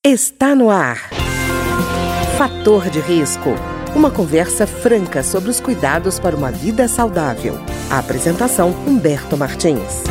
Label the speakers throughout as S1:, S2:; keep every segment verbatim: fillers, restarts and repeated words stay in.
S1: Está no ar. Fator de risco. Uma conversa franca sobre os cuidados para uma vida saudável. A apresentação, Humberto Martins.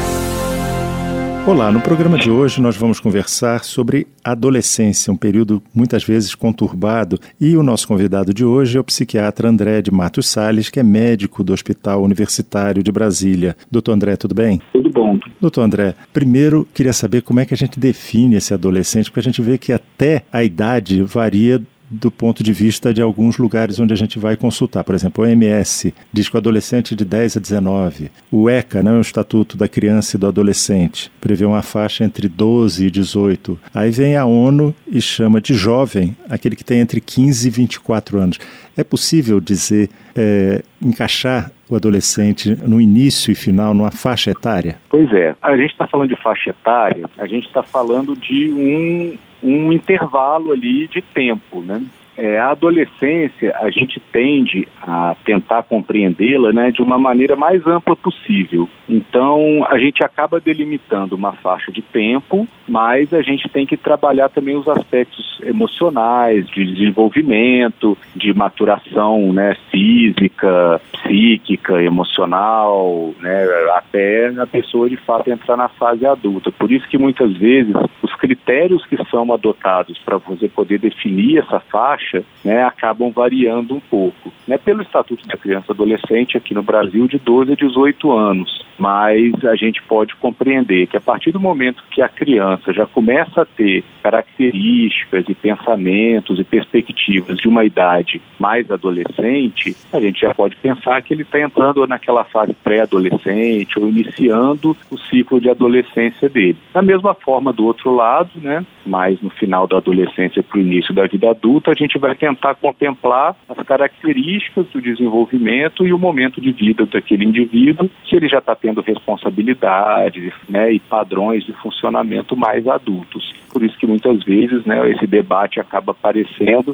S2: Olá, no programa de hoje nós vamos conversar sobre adolescência, um período muitas vezes conturbado, e o nosso convidado de hoje é o psiquiatra André de Matos Salles, que é médico do Hospital Universitário de Brasília. Doutor André, tudo bem?
S3: Tudo bom.
S2: Doutor André, primeiro queria saber como é que a gente define esse adolescente, porque a gente vê que até a idade varia do ponto de vista de alguns lugares onde a gente vai consultar. Por exemplo, o O M S diz que o adolescente de dez a dezenove. O ECA, né, o Estatuto da Criança e do Adolescente, prevê uma faixa entre doze e dezoito. Aí vem a ONU e chama de jovem aquele que tem entre quinze e vinte e quatro anos. É possível dizer, é, encaixar o adolescente no início e final, numa faixa etária?
S3: Pois é. A gente está falando de faixa etária, a gente está falando de um... um intervalo ali de tempo, né? É, a adolescência, a gente tende a tentar compreendê-la, né, de uma maneira mais ampla possível. Então, a gente acaba delimitando uma faixa de tempo, mas a gente tem que trabalhar também os aspectos emocionais, de desenvolvimento, de maturação, né, física, psíquica, emocional, né, até a pessoa de fato entrar na fase adulta. Por isso que muitas vezes os critérios que são adotados para você poder definir essa faixa, né, acabam variando um pouco. Né, pelo Estatuto da Criança e Adolescente aqui no Brasil, de doze a dezoito anos. Mas a gente pode compreender que a partir do momento que a criança já começa a ter características e pensamentos e perspectivas de uma idade mais adolescente, a gente já pode pensar que ele está entrando naquela fase pré-adolescente ou iniciando o ciclo de adolescência dele. Da mesma forma, do outro lado, né, mais no final da adolescência para o início da vida adulta, a gente vai tentar contemplar as características do desenvolvimento e o momento de vida daquele indivíduo, se ele já está tendo responsabilidades, né, e padrões de funcionamento mais adultos. Por isso que muitas vezes, né, esse debate acaba aparecendo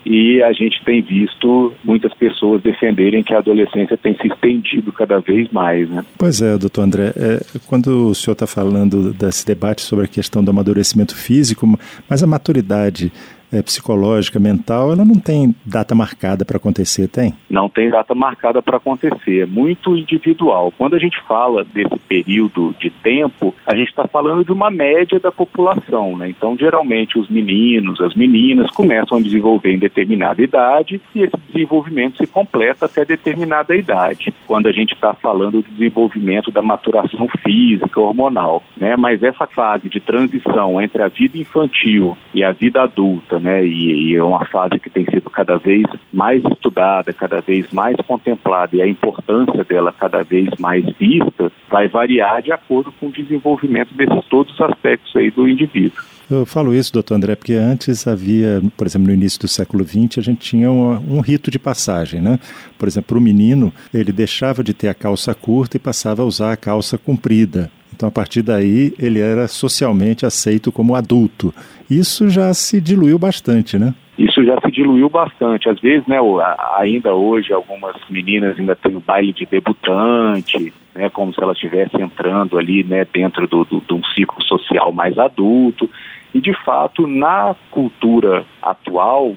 S3: e a gente tem visto muitas pessoas defenderem que a adolescência tem se estendido cada vez mais, né?
S2: Pois é, doutor André, é, quando o senhor está falando desse debate sobre a questão do amadurecimento físico, mas a maturidade é, psicológica, mental, ela não tem data marcada para acontecer, tem?
S3: Não tem data marcada para acontecer, é muito individual. Quando a gente fala desse período de tempo, a gente está falando de uma média da população, né? Então, geralmente, os meninos, as meninas começam a desenvolver em determinada idade e esse desenvolvimento se completa até determinada idade, quando a gente está falando do desenvolvimento da maturação física, hormonal, né? Mas essa fase de transição entre a vida infantil e a vida adulta, né, e, e é uma fase que tem sido cada vez mais estudada, cada vez mais contemplada, e a importância dela cada vez mais vista, vai variar de acordo com o desenvolvimento desses todos os aspectos aí do indivíduo.
S2: Eu falo isso, doutor André, porque antes havia, por exemplo, no início do século vinte, a gente tinha um, um rito de passagem, né? Por exemplo, para o menino, ele deixava de ter a calça curta e passava a usar a calça comprida. Então, a partir daí, ele era socialmente aceito como adulto. Isso já se diluiu bastante, né?
S3: Isso já se diluiu bastante. Às vezes, né, ainda hoje, algumas meninas ainda têm o baile de debutante, né, como se elas estivessem entrando ali, né, dentro do, do, de um ciclo social mais adulto. E, de fato, na cultura atual,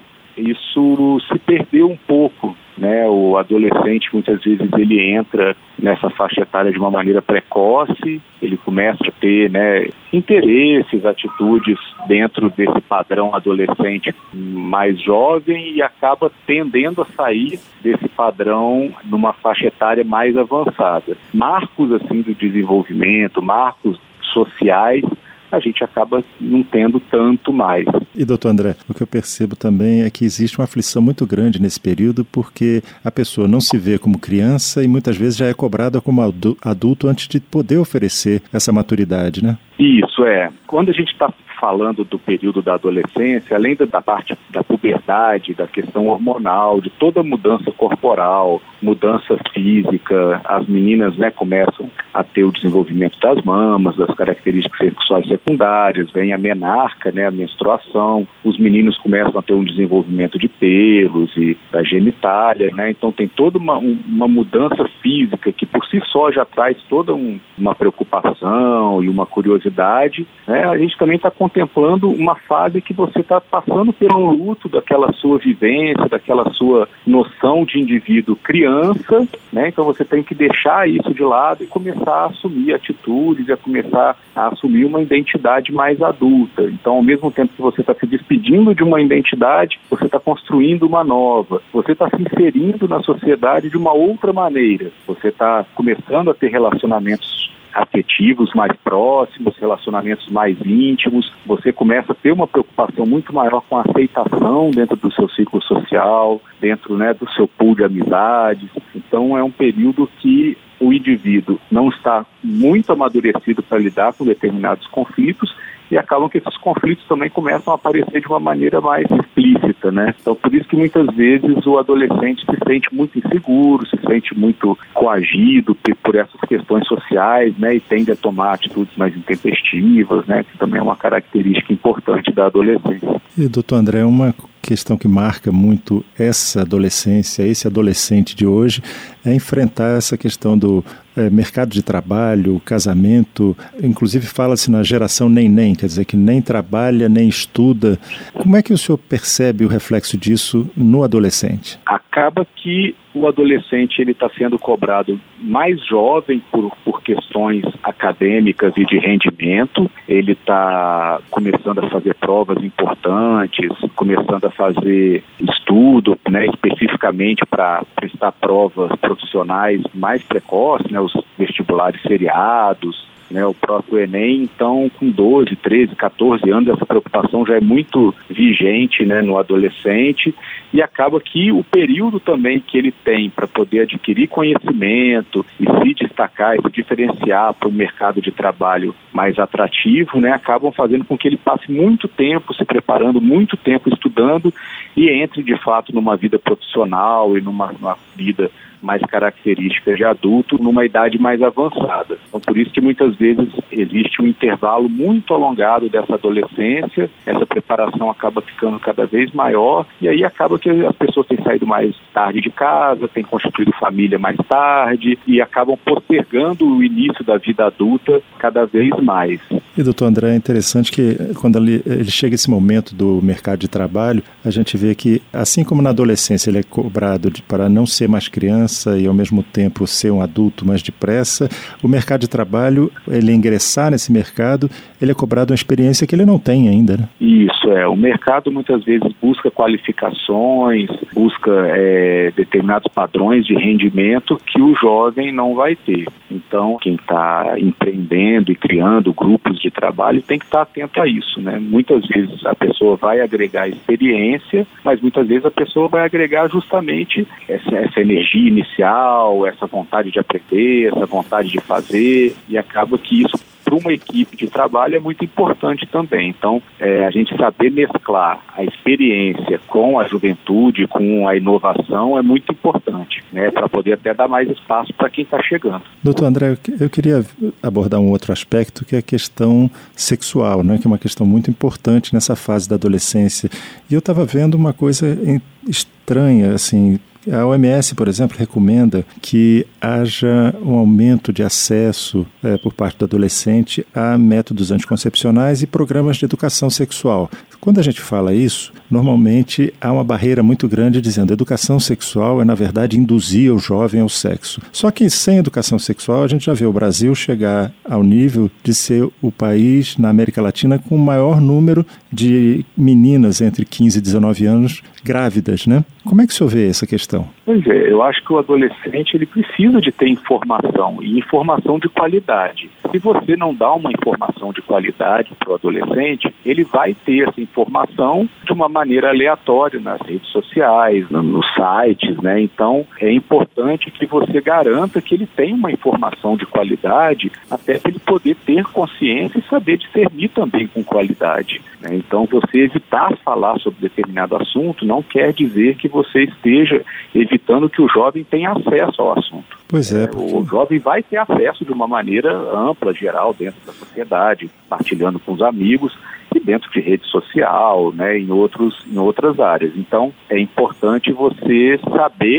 S3: isso se perdeu um pouco, né? O adolescente, muitas vezes, ele entra nessa faixa etária de uma maneira precoce, ele começa a ter, né, interesses, atitudes dentro desse padrão adolescente mais jovem e acaba tendendo a sair desse padrão numa faixa etária mais avançada. Marcos, assim, do desenvolvimento, marcos sociais, a gente acaba não tendo tanto mais.
S2: E, doutor André, o que eu percebo também é que existe uma aflição muito grande nesse período, porque a pessoa não se vê como criança e muitas vezes já é cobrada como adulto antes de poder oferecer essa maturidade, né?
S3: Isso, é. Quando a gente está falando do período da adolescência, além da parte da puberdade, da questão hormonal, de toda a mudança corporal, mudança física, as meninas, né, começam a ter o desenvolvimento das mamas, das características sexuais secundárias, vem a menarca, né, a menstruação, os meninos começam a ter um desenvolvimento de pelos e da genitália, né, então tem toda uma, uma mudança física que por si só já traz toda um, uma preocupação e uma curiosidade, né, a gente também está contemplando uma fase que você está passando pelo luto daquela sua vivência, daquela sua noção de indivíduo criança, né? Então você tem que deixar isso de lado e começar a assumir atitudes, e a começar a assumir uma identidade mais adulta. Então, ao mesmo tempo que você está se despedindo de uma identidade, você está construindo uma nova, você está se inserindo na sociedade de uma outra maneira, você está começando a ter relacionamentos afetivos mais próximos, relacionamentos mais íntimos, você começa a ter uma preocupação muito maior com a aceitação dentro do seu ciclo social, dentro, né, do seu pool de amizades. Então é um período que o indivíduo não está muito amadurecido para lidar com determinados conflitos, e acabam que esses conflitos também começam a aparecer de uma maneira mais explícita, né? Então, por isso que muitas vezes o adolescente se sente muito inseguro, se sente muito coagido por essas questões sociais, né? E tende a tomar atitudes mais intempestivas, né? Que também é uma característica importante da adolescência.
S2: E, doutor André, uma questão que marca muito essa adolescência, esse adolescente de hoje, é enfrentar essa questão do é, mercado de trabalho, casamento. Inclusive fala-se na geração nem-nem, quer dizer que nem trabalha, nem estuda. Como é que o senhor percebe o reflexo disso no adolescente?
S3: Acaba que o adolescente ele está sendo cobrado mais jovem por, por questões acadêmicas e de rendimento. Ele está começando a fazer provas importantes, começando a fazer estudo, né, especificamente para prestar provas profissionais mais precoces, né, os vestibulares seriados, né, o próprio Enem. Então, com doze, treze, catorze anos, essa preocupação já é muito vigente, né, no adolescente, e acaba que o período também que ele tem para poder adquirir conhecimento e se destacar e se diferenciar para um mercado de trabalho mais atrativo, né, acabam fazendo com que ele passe muito tempo se preparando, muito tempo estudando, e entre de fato numa vida profissional e numa, numa vida mais características de adulto numa idade mais avançada. Então, por isso que muitas vezes existe um intervalo muito alongado dessa adolescência, essa preparação acaba ficando cada vez maior, e aí acaba que as pessoas têm saído mais tarde de casa, têm constituído família mais tarde, e acabam postergando o início da vida adulta cada vez mais.
S2: E, doutor André, é interessante que quando ele, ele chega esse momento do mercado de trabalho, a gente vê que, assim como na adolescência ele é cobrado de, para não ser mais criança e ao mesmo tempo ser um adulto mais depressa, o mercado de trabalho, ele ingressar nesse mercado, ele é cobrado uma experiência que ele não tem ainda, né?
S3: Isso, é. O mercado muitas vezes busca qualificações, busca é, determinados padrões de rendimento que o jovem não vai ter. Então, quem está empreendendo e criando grupos de trabalho tem que estar atento a isso, né? Muitas vezes a pessoa vai agregar experiência, mas muitas vezes a pessoa vai agregar justamente essa, essa energia inicial, essa vontade de aprender, essa vontade de fazer, e acaba que isso para uma equipe de trabalho é muito importante também. Então, é, a gente saber mesclar a experiência com a juventude, com a inovação é muito importante, né, para poder até dar mais espaço para quem está chegando.
S2: Doutor André, eu queria abordar um outro aspecto, que é a questão sexual, né, que é uma questão muito importante nessa fase da adolescência. E eu estava vendo uma coisa estranha, assim. A O M S, por exemplo, recomenda que haja um aumento de acesso é, por parte do adolescente a métodos anticoncepcionais e programas de educação sexual. Quando a gente fala isso, normalmente há uma barreira muito grande dizendo que educação sexual é, na verdade, induzir o jovem ao sexo. Só que sem educação sexual, a gente já vê o Brasil chegar ao nível de ser o país na América Latina com o maior número de meninas entre quinze e dezenove anos grávidas, né? Como é que o senhor vê essa questão?
S3: Pois é, eu acho que o adolescente ele precisa de ter informação, e informação de qualidade. Se você não dá uma informação de qualidade para o adolescente, ele vai ter essa informação de uma maneira aleatória nas redes sociais, nos sites, né? Então, é importante que você garanta que ele tenha uma informação de qualidade, até para ele poder ter consciência e saber discernir também com qualidade, né? Então, você evitar falar sobre determinado assunto não quer dizer que você esteja evitando que o jovem tenha acesso ao assunto.
S2: Pois é. Porque...
S3: O jovem vai ter acesso de uma maneira ampla, geral, dentro da sociedade, partilhando com os amigos e dentro de rede social, né, em, outros, em outras áreas. Então, é importante você saber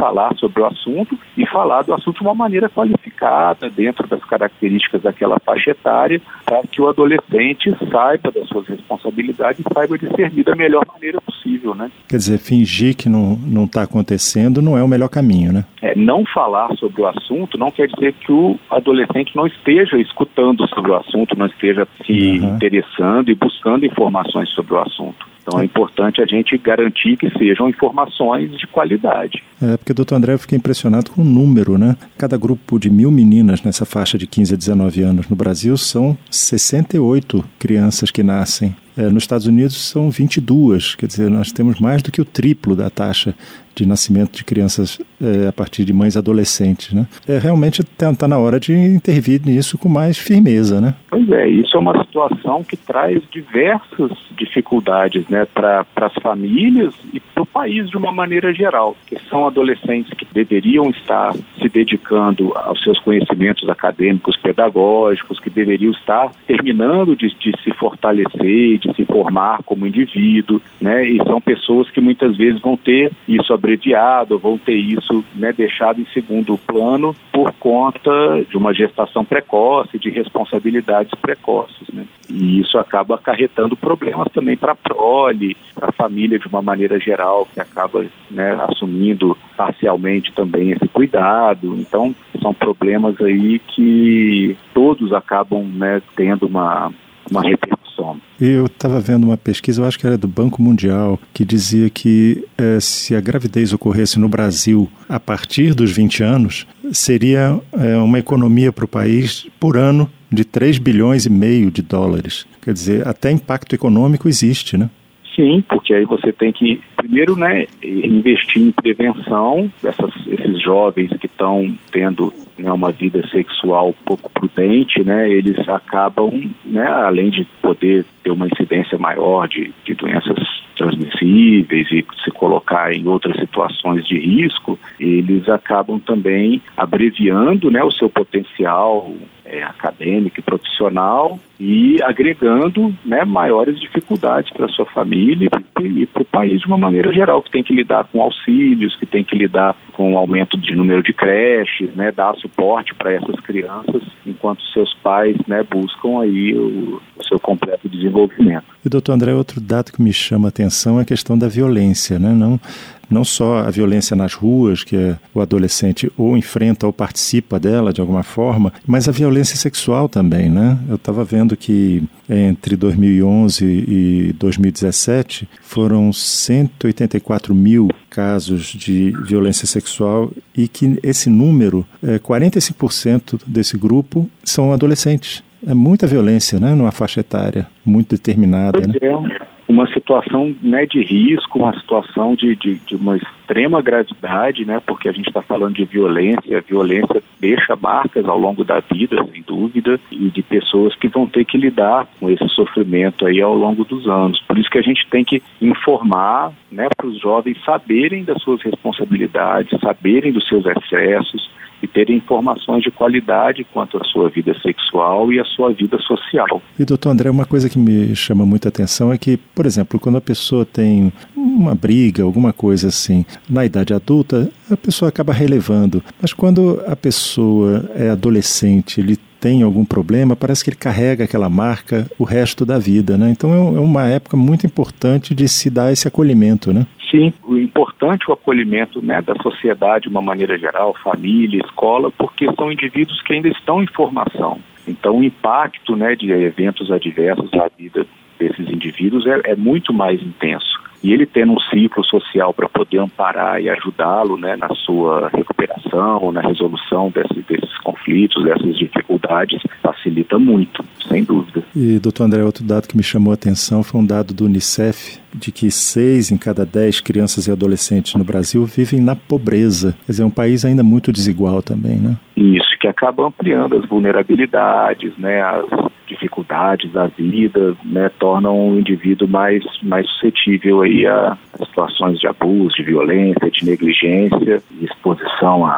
S3: falar sobre o assunto e falar do assunto de uma maneira qualificada, dentro das características daquela faixa etária, para que o adolescente saiba das suas responsabilidades e saiba discernir da melhor maneira possível, né?
S2: Quer dizer, fingir que não não está acontecendo não é o melhor caminho, né?
S3: É, não falar sobre o assunto não quer dizer que o adolescente não esteja escutando sobre o assunto, não esteja se uhum. interessando e buscando informações sobre o assunto. Então é importante a gente garantir que sejam informações de qualidade.
S2: É, porque, doutor André, eu fiquei impressionado com o número, né? Cada grupo de mil meninas nessa faixa de quinze a dezenove anos no Brasil são sessenta e oito crianças que nascem. É, nos Estados Unidos são vinte e duas, quer dizer, nós temos mais do que o triplo da taxa de nascimento de crianças é, a partir de mães adolescentes, né? É, realmente está na hora de intervir nisso com mais firmeza, né?
S3: Pois é, isso é uma situação que traz diversas dificuldades, né, para as famílias e para o país de uma maneira geral, que são adolescentes que deveriam estar se dedicando aos seus conhecimentos acadêmicos, pedagógicos, que deveriam estar terminando de, de se fortalecer, de se formar como indivíduo, né? E são pessoas que muitas vezes vão ter isso abreviado, vão ter isso, né, deixado em segundo plano por conta de uma gestação precoce, de responsabilidades precoces, né? E isso acaba acarretando problemas também para a prole, para a família de uma maneira geral, que acaba, né, assumindo parcialmente também esse cuidado. Então, são problemas aí que todos acabam, né, tendo uma, uma repercussão.
S2: Eu estava vendo uma pesquisa, eu acho que era do Banco Mundial, que dizia que eh, se a gravidez ocorresse no Brasil a partir dos vinte anos, seria eh, uma economia para o país por ano de três bilhões e meio de dólares. Quer dizer, até impacto econômico existe, né?
S3: Sim, porque aí você tem que, primeiro, né, investir em prevenção dessas, esses jovens que estão tendo, né, uma vida sexual pouco prudente, né, eles acabam, né, além de poder ter uma incidência maior de, de doenças transmissíveis e se colocar em outras situações de risco, eles acabam também abreviando, né, o seu potencial é, acadêmico e profissional e agregando, né, maiores dificuldades para a sua família e para o país de uma maneira geral, que tem que lidar com auxílios, que tem que lidar com o aumento de número de creches, né, dar suporte para essas crianças, enquanto seus pais, né, buscam aí o, o seu completo desenvolvimento.
S2: E, doutor André, outro dado que me chama a atenção é a questão da violência, né? Não, não só a violência nas ruas, que é, o adolescente ou enfrenta ou participa dela de alguma forma, mas a violência sexual também, né? Eu estava vendo que entre dois mil e onze e dois mil e dezessete foram cento e oitenta e quatro mil casos de violência sexual e que esse número, é, quarenta e cinco por cento desse grupo são adolescentes. É muita violência, né, numa faixa etária muito determinada, né?
S3: É uma situação, né, de risco, uma situação de, de, de uma extrema gravidade, né, porque a gente está falando de violência, a violência deixa marcas ao longo da vida, sem dúvida, e de pessoas que vão ter que lidar com esse sofrimento aí ao longo dos anos. Por isso que a gente tem que informar, né, para os jovens saberem das suas responsabilidades, saberem dos seus excessos, e terem informações de qualidade quanto à sua vida sexual e à sua vida social.
S2: E, doutor André, uma coisa que me chama muita atenção é que, por exemplo, quando a pessoa tem uma briga, alguma coisa assim, na idade adulta, a pessoa acaba relevando. Mas quando a pessoa é adolescente, ele tem algum problema, parece que ele carrega aquela marca o resto da vida, né? Então é uma época muito importante de se dar esse acolhimento, né?
S3: Sim, o importante é o acolhimento, né, da sociedade de uma maneira geral, família, escola, porque são indivíduos que ainda estão em formação. Então o impacto, né, de eventos adversos na vida desses indivíduos é, é muito mais intenso. E ele tendo um ciclo social para poder amparar e ajudá-lo, né, na sua recuperação, na resolução desse, desses conflitos, dessas dificuldades, facilita muito, sem dúvida.
S2: E, doutor André, outro dado que me chamou a atenção foi um dado do Unicef, de que seis em cada dez crianças e adolescentes no Brasil vivem na pobreza. Quer dizer, é um país ainda muito desigual também, né? Isso,
S3: que acaba ampliando as vulnerabilidades, né, as dificuldades da vida, né, tornam o indivíduo mais, mais suscetível aí a situações de abuso, de violência, de negligência, de exposição a,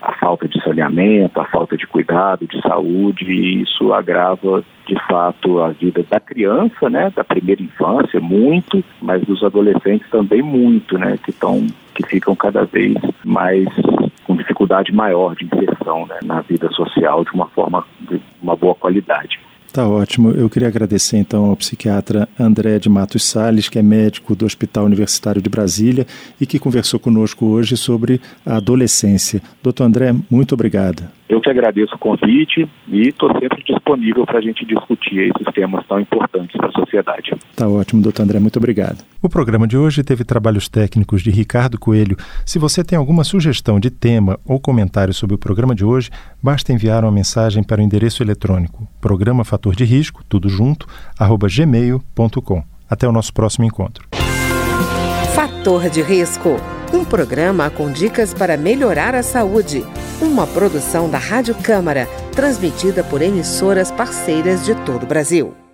S3: a falta de saneamento, a falta de cuidado, de saúde, e isso agrava, de fato, a vida da criança, né, da primeira infância, muito, mas dos adolescentes também muito, né, que, tão, que ficam cada vez mais com dificuldade maior de inserção, né, na vida social de uma forma, de uma boa qualidade.
S2: Tá ótimo. Eu queria agradecer então ao psiquiatra André de Matos Salles, que é médico do Hospital Universitário de Brasília e que conversou conosco hoje sobre a adolescência. Doutor André, muito obrigado.
S3: Eu que agradeço o convite e estou sempre disponível para a gente discutir esses temas tão importantes para a sociedade.
S2: Tá ótimo, doutor André, muito obrigado. O programa de hoje teve trabalhos técnicos de Ricardo Coelho. Se você tem alguma sugestão de tema ou comentário sobre o programa de hoje, basta enviar uma mensagem para o endereço eletrônico programa fator de risco, tudo junto, arroba gmail ponto com. Até o nosso próximo encontro.
S1: Fator de Risco, um programa com dicas para melhorar a saúde. Uma produção da Rádio Câmara, transmitida por emissoras parceiras de todo o Brasil.